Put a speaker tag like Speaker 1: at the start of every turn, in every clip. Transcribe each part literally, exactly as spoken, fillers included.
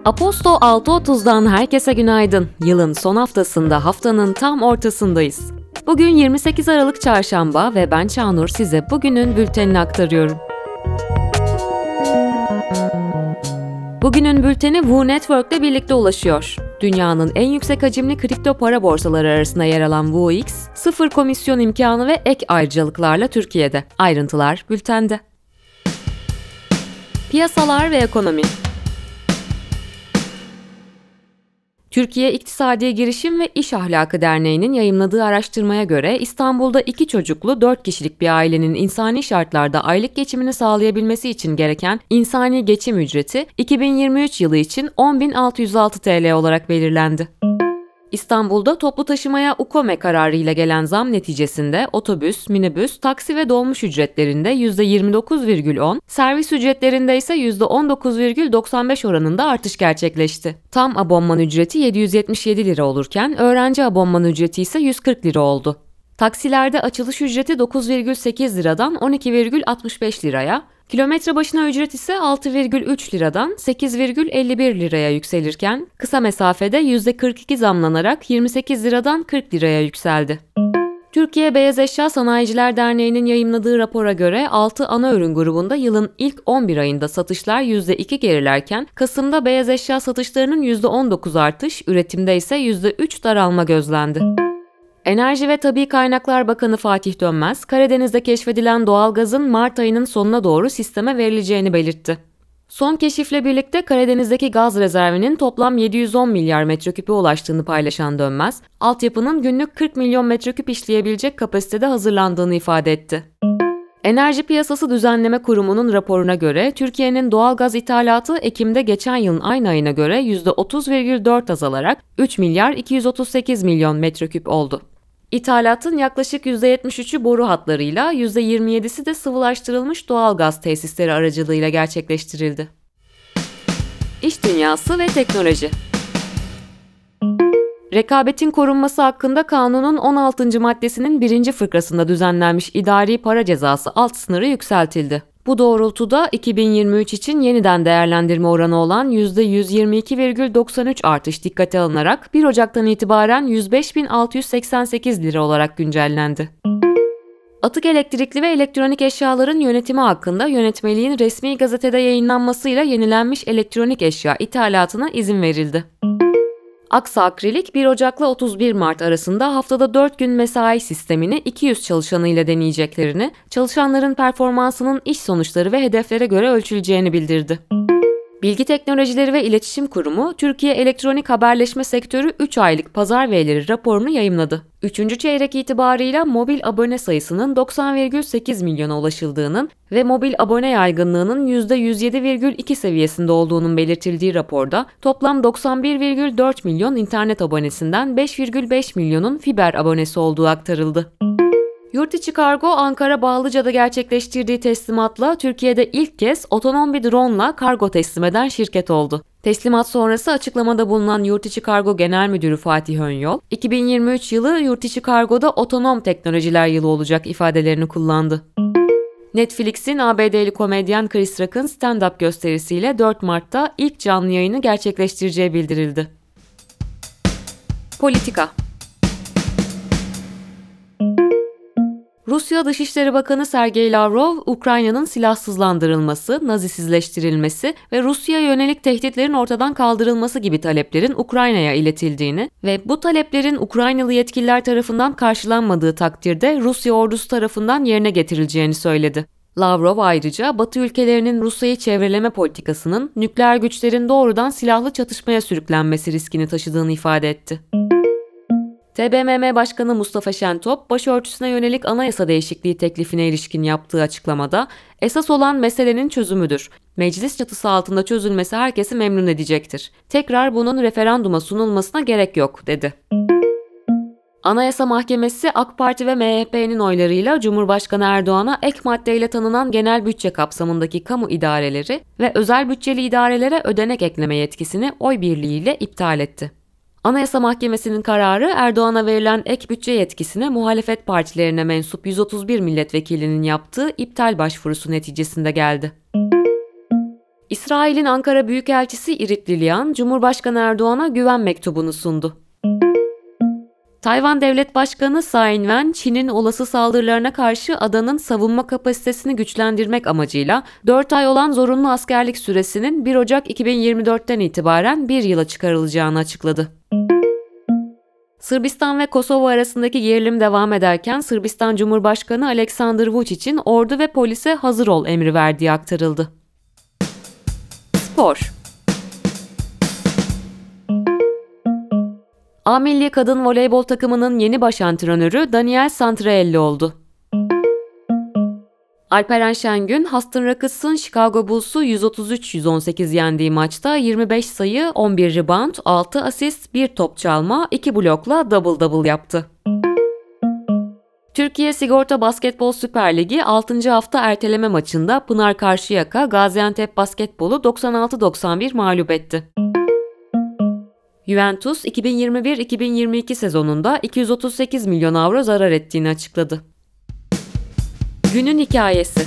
Speaker 1: Aposto altı otuzdan herkese günaydın. Yılın son haftasında haftanın tam ortasındayız. Bugün yirmi sekiz Aralık Çarşamba ve ben Çağnur size bugünün bültenini aktarıyorum. Bugünün bülteni W Network ile birlikte ulaşıyor. Dünyanın en yüksek hacimli kripto para borsaları arasında yer alan W O X, sıfır komisyon imkanı ve ek ayrıcalıklarla Türkiye'de. Ayrıntılar bültende. Piyasalar ve ekonomi. Türkiye İktisadi Girişim ve İş Ahlakı Derneği'nin yayımladığı araştırmaya göre İstanbul'da iki çocuklu dört kişilik bir ailenin insani şartlarda aylık geçimini sağlayabilmesi için gereken insani geçim ücreti iki bin yirmi üç yılı için on bin altı yüz altı TL olarak belirlendi. İstanbul'da toplu taşımaya UKOME kararıyla gelen zam neticesinde otobüs, minibüs, taksi ve dolmuş ücretlerinde yüzde yirmi dokuz virgül on, servis ücretlerinde ise yüzde on dokuz virgül doksan beş oranında artış gerçekleşti. Tam abonman ücreti yedi yüz yetmiş yedi lira olurken öğrenci abonman ücreti ise yüz kırk lira oldu. Taksilerde açılış ücreti dokuz virgül sekiz liradan on iki virgül altmış beş liraya, kilometre başına ücret ise altı virgül üç liradan sekiz virgül elli bir liraya yükselirken kısa mesafede yüzde kırk iki zamlanarak yirmi sekiz liradan kırk liraya yükseldi. Türkiye Beyaz Eşya Sanayiciler Derneği'nin yayımladığı rapora göre altı ana ürün grubunda yılın ilk on bir ayında satışlar yüzde iki gerilerken Kasım'da beyaz eşya satışlarının yüzde on dokuz artış, üretimde ise yüzde üç daralma gözlendi. Enerji ve Tabii Kaynaklar Bakanı Fatih Dönmez, Karadeniz'de keşfedilen doğalgazın Mart ayının sonuna doğru sisteme verileceğini belirtti. Son keşifle birlikte Karadeniz'deki gaz rezervinin toplam yedi yüz on milyar metreküpe ulaştığını paylaşan Dönmez, altyapının günlük kırk milyon metreküp işleyebilecek kapasitede hazırlandığını ifade etti. Enerji Piyasası Düzenleme Kurumu'nun raporuna göre Türkiye'nin doğalgaz ithalatı Ekim'de geçen yılın aynı ayına göre yüzde otuz virgül dört azalarak üç milyar iki yüz otuz sekiz milyon metreküp oldu. İthalatın yaklaşık yüzde yetmiş üçü boru hatlarıyla, yüzde yirmi yedisi de sıvılaştırılmış doğalgaz tesisleri aracılığıyla gerçekleştirildi. İş dünyası ve teknoloji. Rekabetin korunması hakkında kanunun on altıncı maddesinin birinci fıkrasında düzenlenmiş idari para cezası alt sınırı yükseltildi. Bu doğrultuda iki bin yirmi üç için yeniden değerlendirme oranı olan yüzde yüz yirmi iki virgül doksan üç artış dikkate alınarak bir Ocak'tan itibaren yüz beş bin altı yüz seksen sekiz lira olarak güncellendi. Atık elektrikli ve elektronik eşyaların yönetimi hakkında yönetmeliğin resmi gazetede yayınlanmasıyla yenilenmiş elektronik eşya ithalatına izin verildi. Aksa Akrilik bir Ocak'la otuz bir Mart arasında haftada dört gün mesai sistemini iki yüz çalışanıyla deneyeceklerini, çalışanların performansının iş sonuçları ve hedeflere göre ölçüleceğini bildirdi. Bilgi Teknolojileri ve İletişim Kurumu, Türkiye Elektronik Haberleşme Sektörü üç aylık pazar verileri raporunu yayımladı. üçüncü çeyrek itibarıyla mobil abone sayısının doksan virgül sekiz milyona ulaşıldığının ve mobil abone yaygınlığının yüzde yüz yedi virgül iki seviyesinde olduğunun belirtildiği raporda toplam doksan bir virgül dört milyon internet abonesinden beş virgül beş milyonun fiber abonesi olduğu aktarıldı. Yurtiçi Kargo, Ankara Bağlıca'da gerçekleştirdiği teslimatla Türkiye'de ilk kez otonom bir drone'la kargo teslim eden şirket oldu. Teslimat sonrası açıklamada bulunan Yurtiçi Kargo Genel Müdürü Fatih Önyol, iki bin yirmi üç yılı Yurtiçi Kargo'da otonom teknolojiler yılı olacak ifadelerini kullandı. Netflix'in A B D'li komedyen Chris Rock'ın stand-up gösterisiyle dört Mart'ta ilk canlı yayını gerçekleştireceği bildirildi. Politika. Rusya Dışişleri Bakanı Sergey Lavrov, Ukrayna'nın silahsızlandırılması, Nazisizleştirilmesi ve Rusya'ya yönelik tehditlerin ortadan kaldırılması gibi taleplerin Ukrayna'ya iletildiğini ve bu taleplerin Ukraynalı yetkililer tarafından karşılanmadığı takdirde Rusya ordusu tarafından yerine getirileceğini söyledi. Lavrov ayrıca Batı ülkelerinin Rusya'yı çevreleme politikasının nükleer güçlerin doğrudan silahlı çatışmaya sürüklenmesi riskini taşıdığını ifade etti. T B M M Başkanı Mustafa Şentop, başörtüsüne yönelik anayasa değişikliği teklifine ilişkin yaptığı açıklamada, esas olan meselenin çözümüdür. Meclis çatısı altında çözülmesi herkesi memnun edecektir. Tekrar bunun referanduma sunulmasına gerek yok, dedi. Anayasa Mahkemesi, AK Parti ve M H P'nin oylarıyla Cumhurbaşkanı Erdoğan'a ek maddeyle tanınan genel bütçe kapsamındaki kamu idareleri ve özel bütçeli idarelere ödenek ekleme yetkisini oy birliğiyle iptal etti. Anayasa Mahkemesi'nin kararı Erdoğan'a verilen ek bütçe yetkisine muhalefet partilerine mensup yüz otuz bir milletvekilinin yaptığı iptal başvurusu neticesinde geldi. İsrail'in Ankara Büyükelçisi Irit Lilian, Cumhurbaşkanı Erdoğan'a güven mektubunu sundu. Tayvan Devlet Başkanı Tsai Ing-wen, Çin'in olası saldırılarına karşı adanın savunma kapasitesini güçlendirmek amacıyla dört ay olan zorunlu askerlik süresinin bir Ocak iki bin yirmi dörtten itibaren bir yıla çıkarılacağını açıkladı. Sırbistan ve Kosova arasındaki gerilim devam ederken Sırbistan Cumhurbaşkanı Aleksandar Vučić'in ordu ve polise hazır ol emri verdiği aktarıldı. Spor. A Milli Kadın Voleybol takımının yeni baş antrenörü Daniel Santraelli oldu. Alperen Şengün, Houston Rockets'ın Chicago Bulls'u yüz otuz üç yüz on sekiz yendiği maçta yirmi beş sayı, on bir rebound, altı asist, bir top çalma, iki blokla double double yaptı. Türkiye Sigorta Basketbol Süper Ligi altıncı hafta erteleme maçında Pınar Karşıyaka, Gaziantep Basketbol'u doksan altı doksan bir mağlup etti. Juventus, iki bin yirmi bir iki bin yirmi iki sezonunda iki yüz otuz sekiz milyon avro zarar ettiğini açıkladı. Günün hikayesi.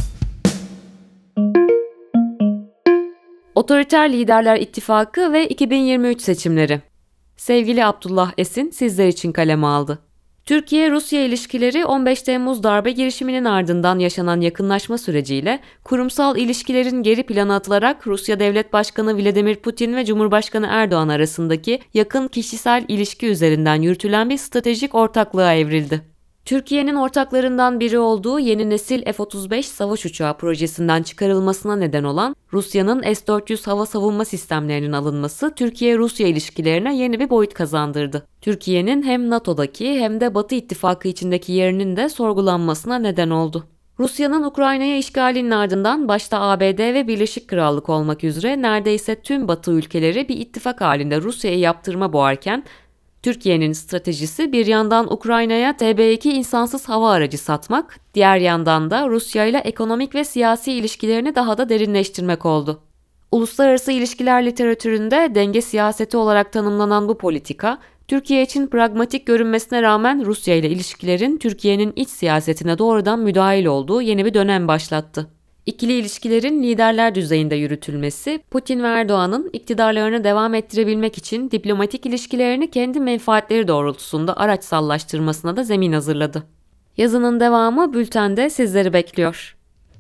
Speaker 1: Otoriter Liderler İttifakı ve iki bin yirmi üç seçimleri. Sevgili Abdullah Esin sizler için kaleme aldı. Türkiye-Rusya ilişkileri on beş Temmuz darbe girişiminin ardından yaşanan yakınlaşma süreciyle kurumsal ilişkilerin geri plana atılarak Rusya Devlet Başkanı Vladimir Putin ve Cumhurbaşkanı Erdoğan arasındaki yakın kişisel ilişki üzerinden yürütülen bir stratejik ortaklığa evrildi. Türkiye'nin ortaklarından biri olduğu yeni nesil F otuz beş savaş uçağı projesinden çıkarılmasına neden olan Rusya'nın S dört yüz hava savunma sistemlerinin alınması Türkiye-Rusya ilişkilerine yeni bir boyut kazandırdı. Türkiye'nin hem NATO'daki hem de Batı ittifakı içindeki yerinin de sorgulanmasına neden oldu. Rusya'nın Ukrayna'ya işgalinin ardından başta A B D ve Birleşik Krallık olmak üzere neredeyse tüm Batı ülkeleri bir ittifak halinde Rusya'ya yaptırma boğarken, Türkiye'nin stratejisi bir yandan Ukrayna'ya T B iki insansız hava aracı satmak, diğer yandan da Rusya ile ekonomik ve siyasi ilişkilerini daha da derinleştirmek oldu. Uluslararası ilişkiler literatüründe denge siyaseti olarak tanımlanan bu politika, Türkiye için pragmatik görünmesine rağmen Rusya ile ilişkilerin Türkiye'nin iç siyasetine doğrudan müdahil olduğu yeni bir dönem başlattı. İkili ilişkilerin liderler düzeyinde yürütülmesi, Putin ve Erdoğan'ın iktidarlarını devam ettirebilmek için diplomatik ilişkilerini kendi menfaatleri doğrultusunda araçsallaştırmasına da zemin hazırladı. Yazının devamı bültende sizleri bekliyor.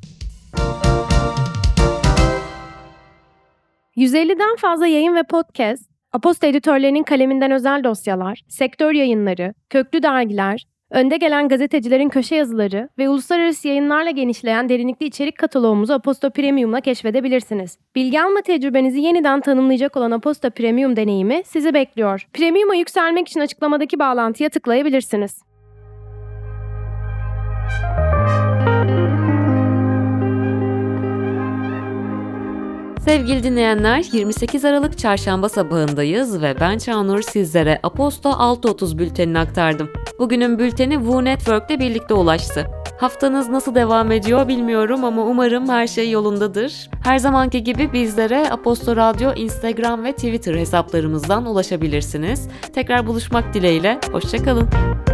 Speaker 2: yüz elliden fazla yayın ve podcast, Aposto editörlerinin kaleminden özel dosyalar, sektör yayınları, köklü dergiler, önde gelen gazetecilerin köşe yazıları ve uluslararası yayınlarla genişleyen derinlikli içerik kataloğumuzu Aposto Premium'la keşfedebilirsiniz. Bilgi alma tecrübenizi yeniden tanımlayacak olan Aposto Premium deneyimi sizi bekliyor. Premium'a yükselmek için açıklamadaki bağlantıya tıklayabilirsiniz.
Speaker 1: Sevgili dinleyenler, yirmi sekiz Aralık Çarşamba sabahındayız ve ben Çağnur sizlere Aposto altı otuz bültenini aktardım. Bugünün bülteni W Network'le birlikte ulaştı. Haftanız nasıl devam ediyor bilmiyorum ama umarım her şey yolundadır. Her zamanki gibi bizlere Aposto Radyo, Instagram ve Twitter hesaplarımızdan ulaşabilirsiniz. Tekrar buluşmak dileğiyle, hoşça kalın.